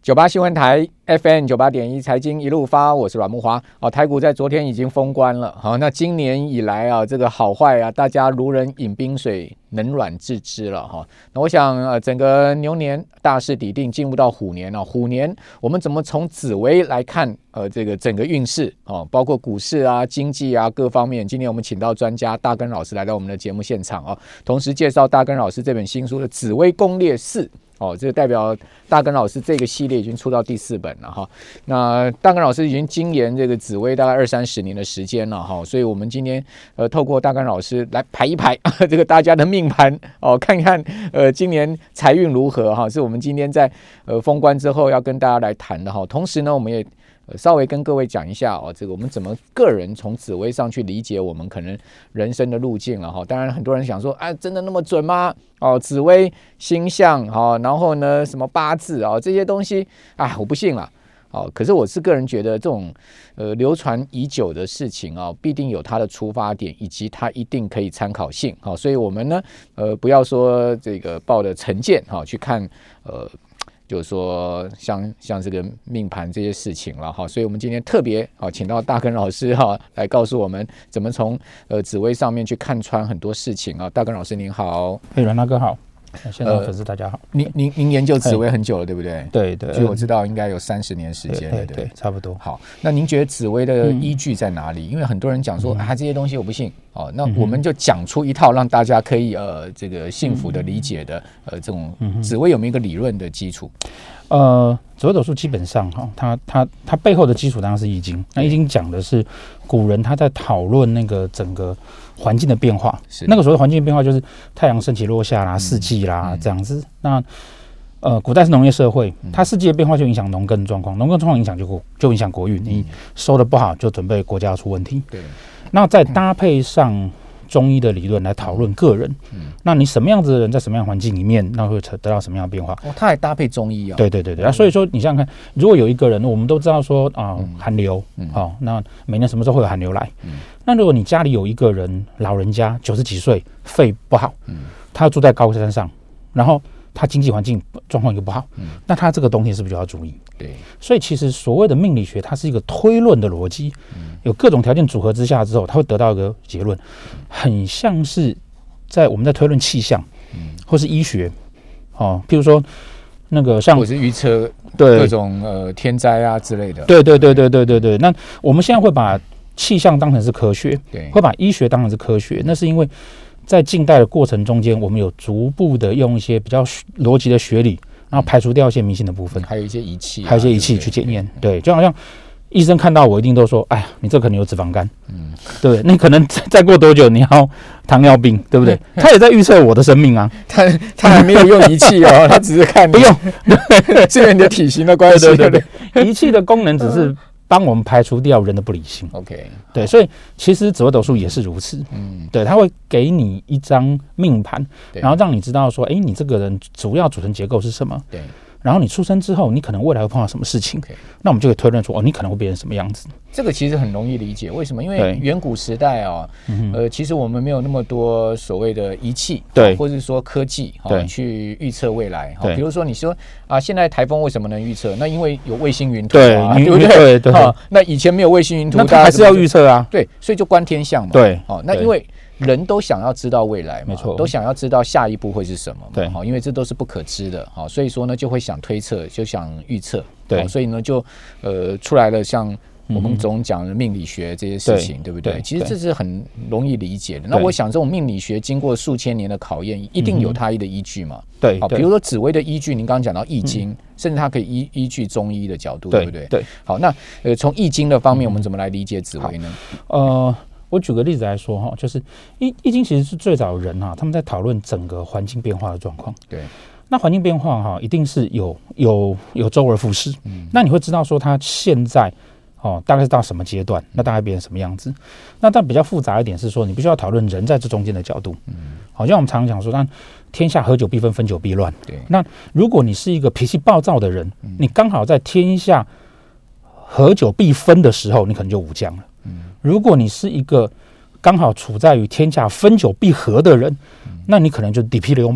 98新闻台 FM 98.1财经一路发，我是阮慕骅。台股在昨天已经封关了。那今年以来啊，这个好坏啊，大家如人饮冰水，冷暖自知了哈。那我想整个牛年大势已定，进入到虎年啊。虎年我们怎么从紫微来看这个整个运势包括股市啊、经济啊各方面。今天我们请到专家大根老师来到我们的节目现场同时介绍大根老师这本新书的《紫微攻略4》。这个代表大根老师这个系列已经出到第4本了哈。那大根老师已经精研这个紫微大概20-30年的时间了哈，所以我们今天透过大根老师来排一排这个大家的命盘看看今年财运如何哈，是我们今天在封关之后要跟大家来谈的哈。同时呢，我们也稍微跟各位讲一下这个我们怎么个人从紫微上去理解我们可能人生的路径了哈。当然很多人想说真的那么准吗？紫微星象然后呢什么八字这些东西我不信了。可是我是个人觉得这种流传已久的事情必定有它的出发点，以及它一定可以参考性所以我们呢不要说这个抱着成见去看就是说像这个命盘这些事情了所以我们今天特别请到大根老师来告诉我们怎么从紫微上面去看穿很多事情大根老师您好。 阮大哥好，现场粉丝大家好。 您研究紫微很久了对不对？ 对对， 所以我知道应该有30年时间了。 对，差不多。 好，那您觉得紫微的依据在哪里？因为很多人讲说这些东西我不信那我们就讲出一套让大家可以这个幸福的理解的这种紫微有没有一个理论的基础？ 紫微斗数基本上它背后的基础当然是易经。那易经讲的是古人他在讨论那个整个环境的变化，那个时候的环境的变化就是太阳升起落下啦、四季啦这样子。那古代是农业社会，它四季的变化就影响农耕状况，农耕状况影响就影响国运，你收的不好就准备国家要出问题。对，那再搭配上中医的理论来讨论个人，那你什么样子的人在什么样的环境里面，那会得到什么样的变化？它还搭配中医对。所以说你想想看，如果有一个人，我们都知道说寒流，那每年什么时候会有寒流来？那如果你家里有一个人，老人家90几岁，肺不好，他住在高山上，然后他经济环境状况又不好，那他这个冬天是不是就要注意？对，所以其实所谓的命理学，它是一个推论的逻辑，有各种条件组合之下之后，它会得到一个结论，很像是我们在推论气象，或是医学，譬如说那个像或是预测各种天灾啊之类的。 对。那我们现在会把气象当成是科学，会把医学当成是科学，那是因为在近代的过程中间，我们有逐步的用一些比较逻辑的学理，然后排除掉一些迷信的部分， 还有一些仪器去检验。对，就好像医生看到我一定都说，哎呀，你这可能有脂肪肝，对不对？你可能再过多久你要糖尿病，对不对？他也在预测我的生命啊。 他还没有用仪器他只是看不用， 是因为你的体型的关系。 对，仪器的功能只是帮我们排除掉人的不理性。 OK， 对，所以其实紫微斗数也是如此。对，它会给你一张命盘，然后让你知道说，你这个人主要组成结构是什么。对。然后你出生之后，你可能未来会碰到什么事情，那我们就可以推论出你可能会变成什么样子。 这个其实很容易理解，为什么？因为远古时代其实我们没有那么多所谓的仪器，或者说科技去预测未来。比如说你说现在台风为什么能预测？那因为有卫星云图对不对？那以前没有卫星云图， 那还是要预测啊。 对，所以就观天象嘛。对，那因为人都想要知道未来嘛，没错，都想要知道下一步会是什么嘛。对，因为这都是不可知的，所以说呢，就会想推测，就想预测。对，所以呢，就出来了像我们总讲的命理学这些事情，对不对？其实这是很容易理解的。那我想，这种命理学经过数千年的考验，一定有它的依据嘛。对，比如说紫微的依据，您刚刚讲到易经，甚至它可以依据中医的角度，对不对？对。好，那从易经的方面，我们怎么来理解紫微呢？ 我举个例子来说就是易经其实是最早人他们在讨论整个环境变化的状况。对，那环境变化一定是有周而复始。那你会知道说它现在大概是到什么阶段，那大概变成什么样子。那但比较复杂一点是说，你必须要讨论人在这中间的角度。好像我们常常讲说，但天下合久必分，分久必乱。对，那如果你是一个脾气暴躁的人，你刚好在天下合久必分的时候，你可能就武将了。如果你是一个刚好处在于天下分久必合的人，那你可能就地痞流氓了。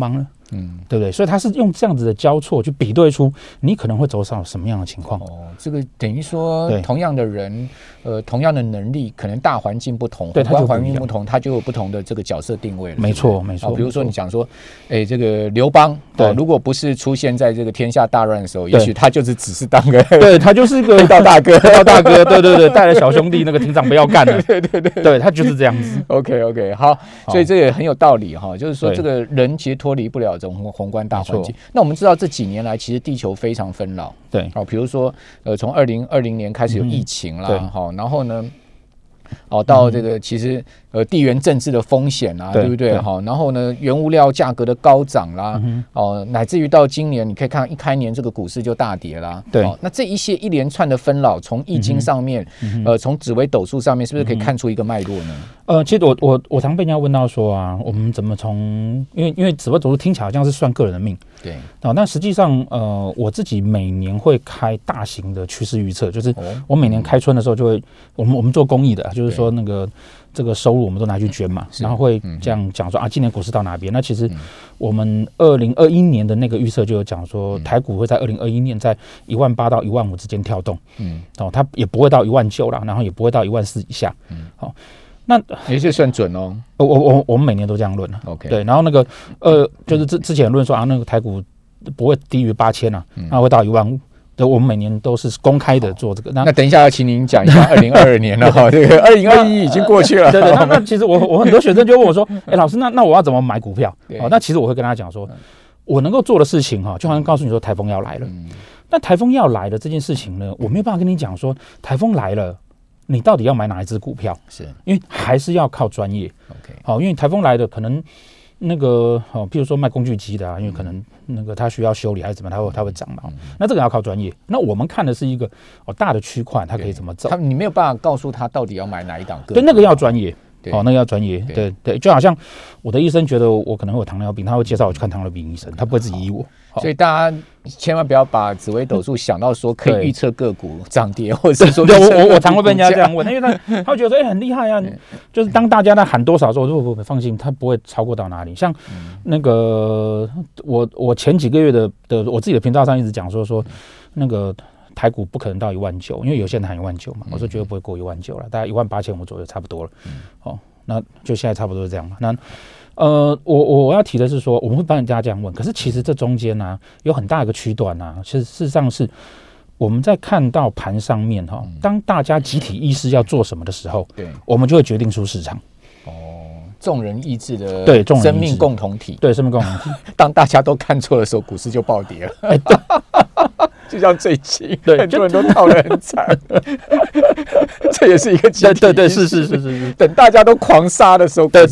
对不对？所以他是用这样子的交错去比对出你可能会走上什么样的情况。 这个等于说同样的人，同样的能力，可能大环境不同， 对， 环境不同，他就有不同的这个角色定位了。 没错，没错。 比如说你讲说，这个刘邦，如果不是出现在这个天下大乱的时候，也许他就是只是当个， 对他就是个黑道大哥， 对，带着小兄弟那个庭长不要干了，对他就是这样子。 OK， 好，所以这个很有道理哈，就是说这个人其实脱离不了这种宏观大环境。那我们知道这几年来，其实地球非常纷扰， 对， 比如说从2020年开始有疫情啦，然后呢，到这个其实地缘政治的风险啊，对不对？然后呢，原物料价格的高涨啦，乃至于到今年，你可以看一开年这个股市就大跌啦。 对， 那这一连串的纷扰，从易经上面，从紫微斗数上面，是不是可以看出一个脉络呢？ 其实我常被人家问到说啊，我们怎么从因为紫微斗数听起来好像是算个人的命， 对， 但实际上我自己每年会开大型的趋势预测，就是我每年开春的时候就会，我们做公益的，就是说那个这个收入我们都拿去捐嘛，然后会这样讲说啊，今年股市到哪边？那其实我们2021年的那个预测就有讲说，台股会在2021年在18000到15000之间跳动，它也不会到19000啦，然后也不会到14000以下，那也是算准哦。 我们每年都这样论了 ，OK， 对，然后那个就是之前论说啊，那个台股不会低于8000啊，那会到15000。对，我们每年都是公开的做这个。 那等一下要请您讲一下2022年了哈，这个2021已经过去了。 对，那其实我很多学生就问我说，老师，那我要怎么买股票？那其实我会跟他讲说，我能够做的事情哈，就好像告诉你说台风要来了。那台风要来的这件事情呢，我没有办法跟你讲说台风来了，你到底要买哪一支股票？ 是因为还是要靠专业。 OK， 好，因为台风来的可能那个譬如说卖工具机的啊，因为可能那个它需要修理还是怎么，它会涨嘛。那这个要靠专业。那我们看的是一个大的区块，它可以怎么走？ 你没有办法告诉他到底要买哪一档个股。 对，那个要专业。那个要专业。对，就好像我的医生觉得我可能会有糖尿病，他会介绍我去看糖尿病医生，他不会自己医我。 所以大家千万不要把紫微斗数想到说可以预测个股涨跌，或者是说我常会被人家这样问，因为他会觉得说很厉害啊，就是当大家在喊多少时候，我说不放心，他不会超过到哪里。像那个我前几个月的我自己的频道上一直讲说那个台股不可能到19000，因为有些人喊19000嘛，我说绝对不会过19000了，大概18500左右差不多了。那就现在差不多是这样嘛。那我要提的是说，我们会帮人家这样问，可是其实这中间呢，有很大一个区段啊，其实事实上是我们在看到盘上面当大家集体意识要做什么的时候，我们就会决定出市场。 众人意志的生命共同体， 对生命共同体。 当大家都看错的时候，股市就暴跌了。就像最近，很多人都套得很惨，这也是一个集体。 对，是。 等大家都狂杀的时候， 对。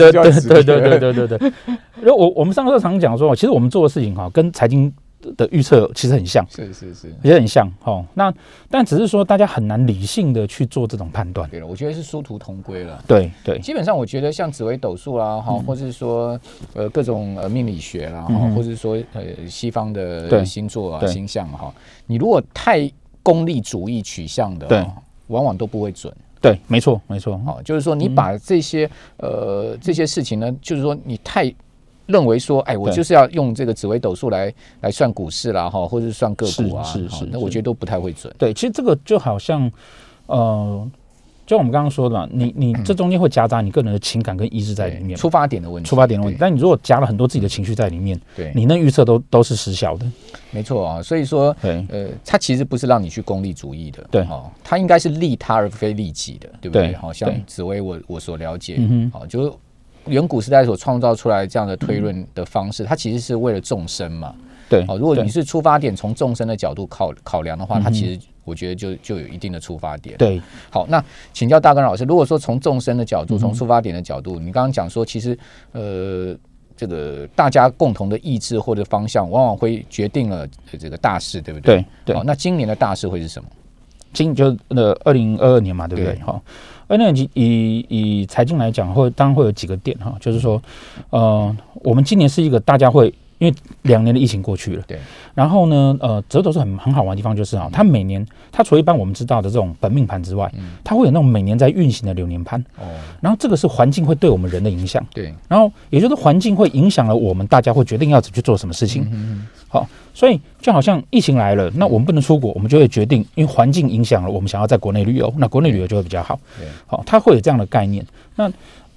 我们上课常讲说，其实我们做的事情跟财经的预测其实很像， 是， 也很像但只是说大家很难理性的去做这种判断。 对了，我觉得是殊途同归了。 对， 基本上我觉得像紫微斗数啦，或是说各种命理学啦，或是说西方的星座啊、星象你如果太功利主义取向的，往往都不会准。 对，没错。 就是说你把这些事情呢，就是说你太认为说，我就是要用这个紫微斗数来算股市啦，或者是算个股啊，那我觉得都不太会准。 对，其实这个就好像，就我们刚刚说的嘛，你这中间会夹杂你个人的情感跟意志在里面， 出发点的问题。 但你如果夹了很多自己的情绪在里面，你那预测都是失效的。 没错啊，所以说，它其实不是让你去功利主义的， 对， 它应该是利他而非利己的，对不对？好像紫微我所了解，就是远古时代所创造出来这样的推论的方式，它其实是为了众生嘛。 对， 如果你是出发点从众生的角度考量的话，它其实我觉得就有一定的出发点。 对， 好，那请教大根老师，如果说从众生的角度，从出发点的角度，你刚刚讲说，其实这个大家共同的意志或者方向，往往会决定了这个大势，对不对？ 对。 好，那今年的大势会是什么？ 就2022年嘛，对不对？好，2022年以财经来讲，当然会有几个点就是说，我们今年是一个大家会因为2年的疫情过去了， 对。 然后呢，折斗是很好玩的地方，就是它每年它除了一般我们知道的这种本命盘之外，它会有那种每年在运行的流年盘。然后这个是环境会对我们人的影响， 对。 然后也就是环境会影响了我们，大家会决定要去做什么事情。好，所以就好像疫情来了，那我们不能出国，我们就会决定，因为环境影响了我们想要在国内旅游，那国内旅游就会比较好。好，它会有这样的概念。那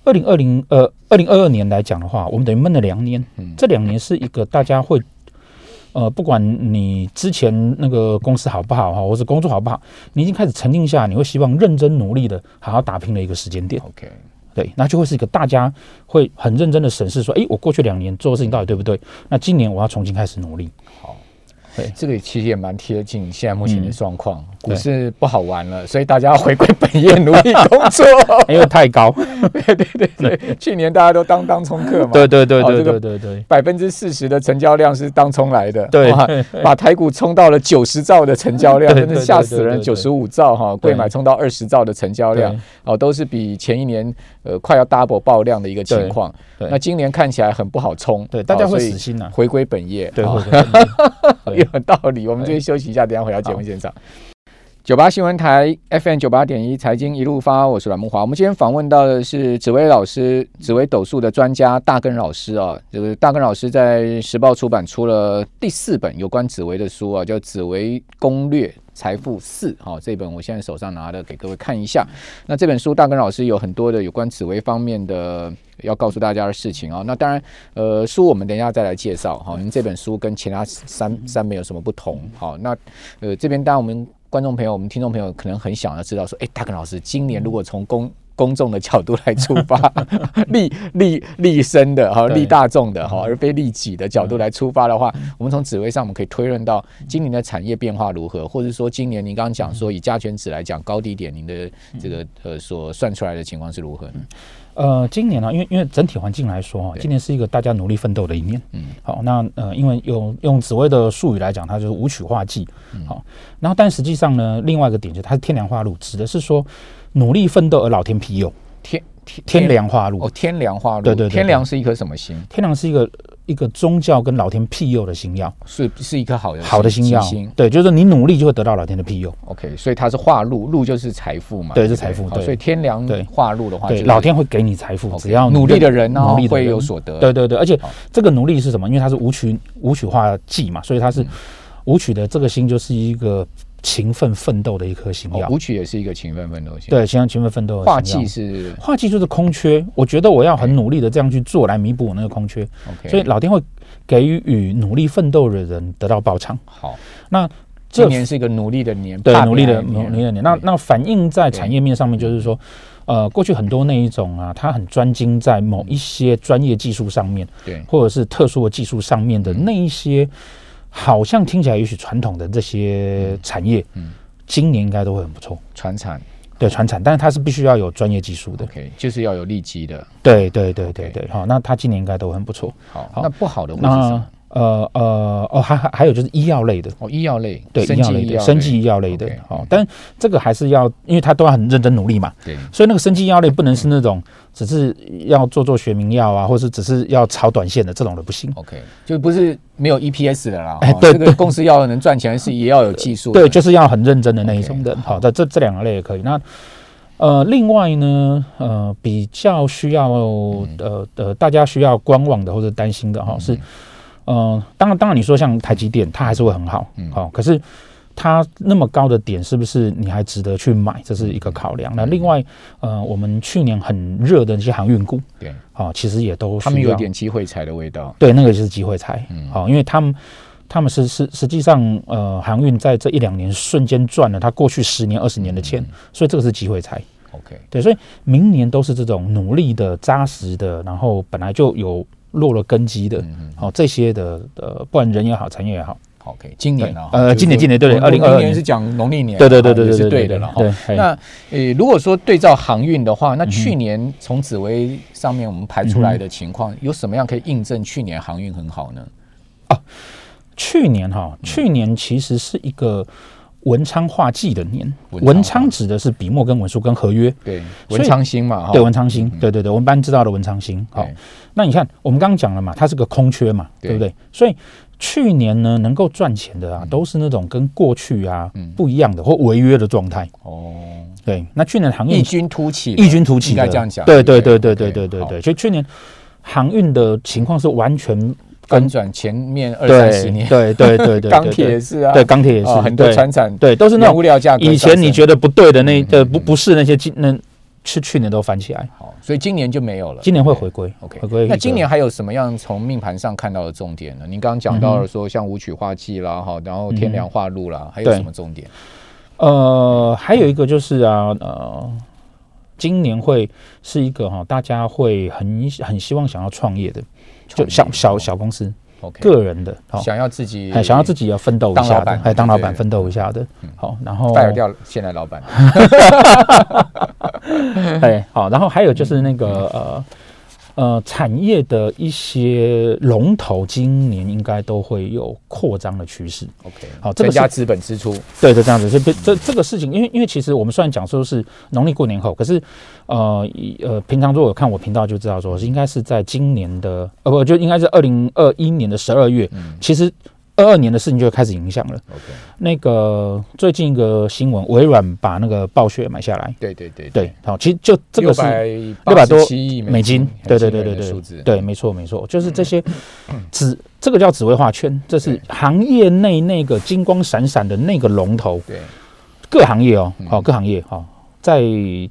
2022年来讲的话，我们等于闷了2年，这2年是一个大家会，不管你之前那个公司好不好哈，或是工作好不好，你已经开始沉静下，你会希望认真努力的好好打拼的一个时间点。 OK， 对，那就会是一个大家会很认真的审视说，我过去2年做的事情到底对不对？那今年我要重新开始努力。 好。对，这个其实也蛮贴近现在目前的状况，股市不好玩了，所以大家要回归本业，努力工作， 因为太高。 对，去年大家都当冲客嘛， 对 ，40%的成交量是当冲来的， 对， 把台股冲到了90兆的成交量，真的吓死人，95兆哈，贵买冲到20兆的成交量，都是比前一年快要 double 爆量的一个情况。那今年看起来很不好冲， 对，大家会死心啊， 回归本业， 对， 有道理。我们这边休息一下，等一下回到节目现场。98新闻台 FM 98.1财经一路发，我是阮慕骅。我们今天访问到的是紫微老师，紫微斗数的专家大根老师啊。这个大根老师在时报出版出了第4本有关紫微的书啊，叫《紫微攻略财富4》啊。这本我现在手上拿的，给各位看一下。那这本书大根老师有很多的有关紫微方面的要告诉大家的事情啊。那当然，书我们等一下再来介绍哈。您这本书跟其他三本有什么不同？好，那这边当然我们观众朋友、我们听众朋友可能很想要知道说，大根老师今年如果从公众的角度来出发，利身的哈，利大众的哈，而非利己的角度来出发的话，我们从紫微上我们可以推论到今年的产业变化如何，或者说今年您刚刚讲说以加权指来讲高低点，您的这个所算出来的情况是如何呢？ 今年呢，因为整体环境来说，今年是一个大家努力奋斗的一年。好，那因为用紫微的术语来讲，它就是武曲化忌。好，然后但实际上呢，另外一个点就是它是天梁化禄，指的是说努力奋斗而老天庇佑。天梁化禄天梁化禄， 对， 天梁是一颗什么星？ 天梁是一个宗教跟老天庇佑的星耀， 是一颗好的星耀。对，就是你努力就会得到老天的庇佑。 OK， 所以它是化禄，禄就是财富嘛。 对，是财富。 对，所以天梁化禄的话， 对，老天会给你财富，只要努力的人呢会有所得。 对，而且这个努力是什么？因为它是武曲化忌嘛，所以它是武曲的这个星就是一个勤奋奋斗的一颗星耀。 武曲也是一个勤奋奋斗的星。 对，勤奋奋斗的星耀。化忌就是空缺，我觉得我要很努力的这样去做，来弥补我那个空缺。所以老天会给予努力奋斗的人得到报偿。 好， 那今年是一个努力的年， 对，努力的年。那反映在产业面上面，就是说，过去很多那一种啊，他很专精在某一些专业技术上面， 对， 或者是特殊的技术上面的那一些。好像听起来也许传统的这些产业，今年应该都会很不错。 传产， 但是它是必须要有专业技术的 ，OK， 就是要有利基的。 对，好，那它今年应该都很不错。 好，那不好的会是什么？ 还有就是医药类的医药类， 对，生技医药类的，但这个还是要，因为他都要很认真努力嘛， 对， 所以那个生技医药类不能是那种只是要做学名药啊，或是只是要炒短线的这种的不行。 OK， 就不是没有 EPS 的啦，对，这个公司要能赚钱是也要有技术， 对，就是要很认真的那一种的。好的，这2个类也可以。那另外呢，比较需要大家需要观望的或者担心的是。当然，你说像台积电，它还是会很好，可是它那么高的点，是不是你还值得去买？这是一个考量。那另外，我们去年很热的那些航运股， 对， 其实也都他们有点机会财的味道， 对，那个就是机会财，因为他们是实际上，航运在这1-2年瞬间赚了他过去10年、20年的钱，所以这个是机会财。 OK， 对，所以明年都是这种努力的、扎实的，然后本来就有落了根基的，这些的不管人也好，产业也好。 OK， 今年今年对，2022 年是讲农历年， 对， 是对的了。那如果说对照航运的话，那去年从紫微上面我们排出来的情况，有什么样可以印证去年航运很好呢？ 去年其实是一个文昌化忌的年，文昌指的是笔墨跟文书跟合约， 对，文昌星嘛， 对，文昌星，对对对，我们班知道的文昌星。好，那你看我们刚刚讲了嘛，它是个空缺嘛，对不对？所以去年呢，能够赚钱的啊，都是那种跟过去啊不一样的或违约的状态。哦，对，那去年航运异军突起， 应该这样讲。 对对对对对对对对，所以去年航运的情况是完全翻转前面20-30年， 对对对对， 钢铁也是啊， 对，钢铁也是， 很多传产， 对，都是那种物料价格。 以前你觉得不对的不是那些去年都翻起来， 好，所以今年就没有了。 今年会回归 ，OK。 回归。 那今年还有什么样从命盘上看到的重点呢？您刚刚讲到了说像武曲化忌啦，哈，然后天梁化禄啦，还有什么重点？ 还有一个就是今年会是一个大家会很希望想要创业的。就小公司， 个人的， 想要自己要奋斗一下的，当老板奋斗一下的，好，然后 fire掉现在老板， 哎，好，然后还有就是那个产业的一些龙头，今年应该都会有扩张的趋势。 OK， 好，增加资本支出， 对，就这样子。这个事情，因为其实我们虽然讲说是农历过年后，可是平常如果有看我频道就知道说，应该是在今年的就应该是2021年的12月，其实22年的事情就开始影响了。 Okay. 那个最近一个新闻，微软把那个暴雪买下来。对，好，其实就这个是600多亿美金。对，没错，就是这些这个叫紫微化圈，这是行业内那个金光闪闪的那个龙头。对，各行业各行业在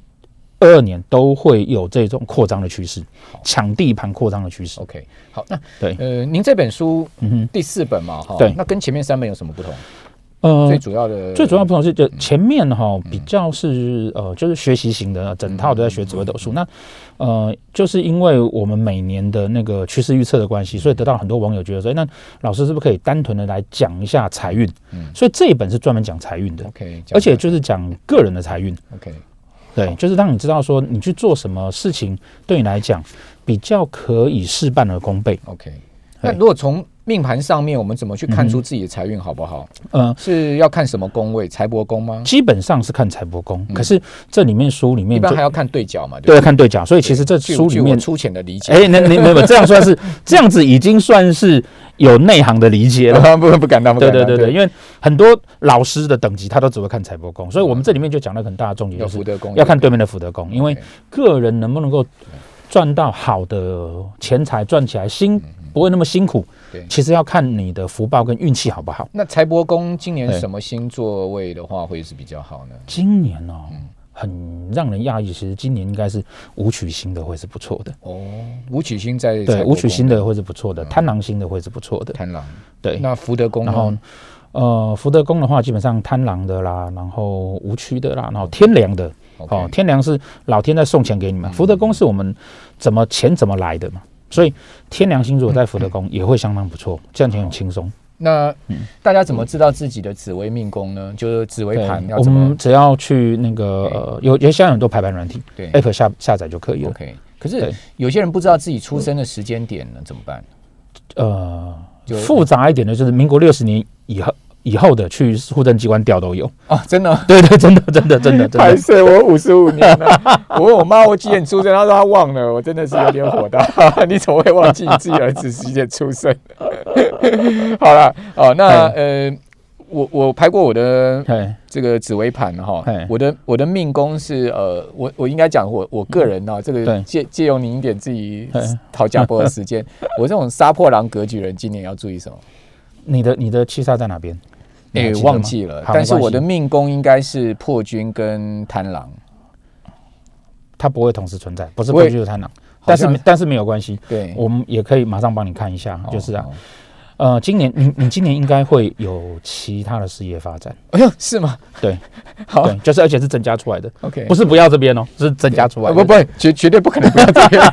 22年都会有这种扩张的趋势，抢地盘扩张的趋势。 OK， 好，那对，您这本书第4本嘛，对，那跟前面3本有什么不同？最主要不同是，就前面比较是就是学习型的，整套都在学紫微斗数。那就是因为我们每年的那个趋势预测的关系，所以得到很多网友觉得说，那老师是不是可以单纯的来讲一下财运？所以这一本是专门讲财运的， OK， 而且就是讲个人的财运。 OK。 对，就是让你知道说，你去做什么事情，对你来讲比较可以事半而功倍。 OK， 那如果从命盘上面，我们怎么去看出自己的财运好不好？是要看什么宫位？财帛宫吗？ 基本上是看财帛宫，可是这里面书里面一般还要看对角嘛？ 对，要看对角。所以其实这书里面粗浅的理解， 那没有这样算是这样子，已经算是有内行的理解了。 不敢当，对， 因为很多老师的等级他都只会看财帛宫，所以我们这里面就讲了很大的重点，就是要看对面的福德宫，因为个人能不能够赚到好的钱财，赚起来不会那么辛苦，其实要看你的福报跟运气好不好。 那财帛宫今年什么星座位的话会是比较好呢？ 今年很让人讶异，其实今年应该是武曲星的会是不错的。 武曲星在对，武曲星的会是不错的，贪狼星的会是不错的。 贪狼， 对。 那福德宫， 然后福德宫的话，基本上贪狼的啦，然后武曲的啦，然后天梁的。天梁是老天在送钱给你们，福德宫是我们钱怎么来的嘛。所以天梁星如果在福德宫也会相当不错，这样钱很轻松。 那大家怎么知道自己的紫微命宫呢？就是紫微盘要怎么？ 我们只要去那个有现在很多排盘软体，对 ，App 下载就可以了。 OK， 可是有些人不知道自己出生的时间点呢，怎么办？ 复杂一点的就是民国60年以后的去户政机关调都有真的？ 对，真的。 拍摄我55年了，我问我妈我几点出生，她说她忘了，我真的是有点火大。你怎么会忘记你自己儿子几点出生？好了，那我拍过我的这个紫微盘哈，我的命宫是我应该讲我个人这个借用您一点自己讨价波的时间，我这种杀破狼格局人，今年要注意什么？ 你的七杀在哪边？ 忘记了，但是我的命宫应该是破军跟贪狼， 它不会同时存在，不是破军就是贪狼，但是没有关系，对，我们也可以马上帮你看一下，就是今年你今年应该会有其他的事业发展。 哎呦，是吗？ 对，好，对，就是而且是增加出来的。 OK， 不是不要这边是增加出来的。 不，绝对不可能不要这边。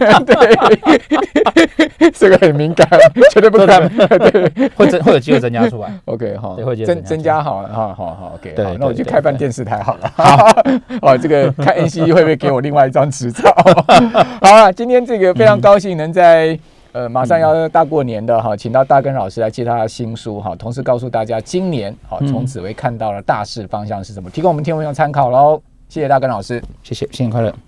对，这个很敏感，绝对不可能。 对，会有机会增加出来。 OK， 好， 会增加好，OK， 对， 那我去开办电视台好了。好，这个看 NC 会不会给我另外一张执照？好了，今天这个非常高兴能在马上要大过年的哈，请到大根老师来介绍他的新书哈，同时告诉大家今年从紫微看到了大势方向是什么，提供我们听众朋友参考喽。谢谢大根老师， 谢谢，新年快乐。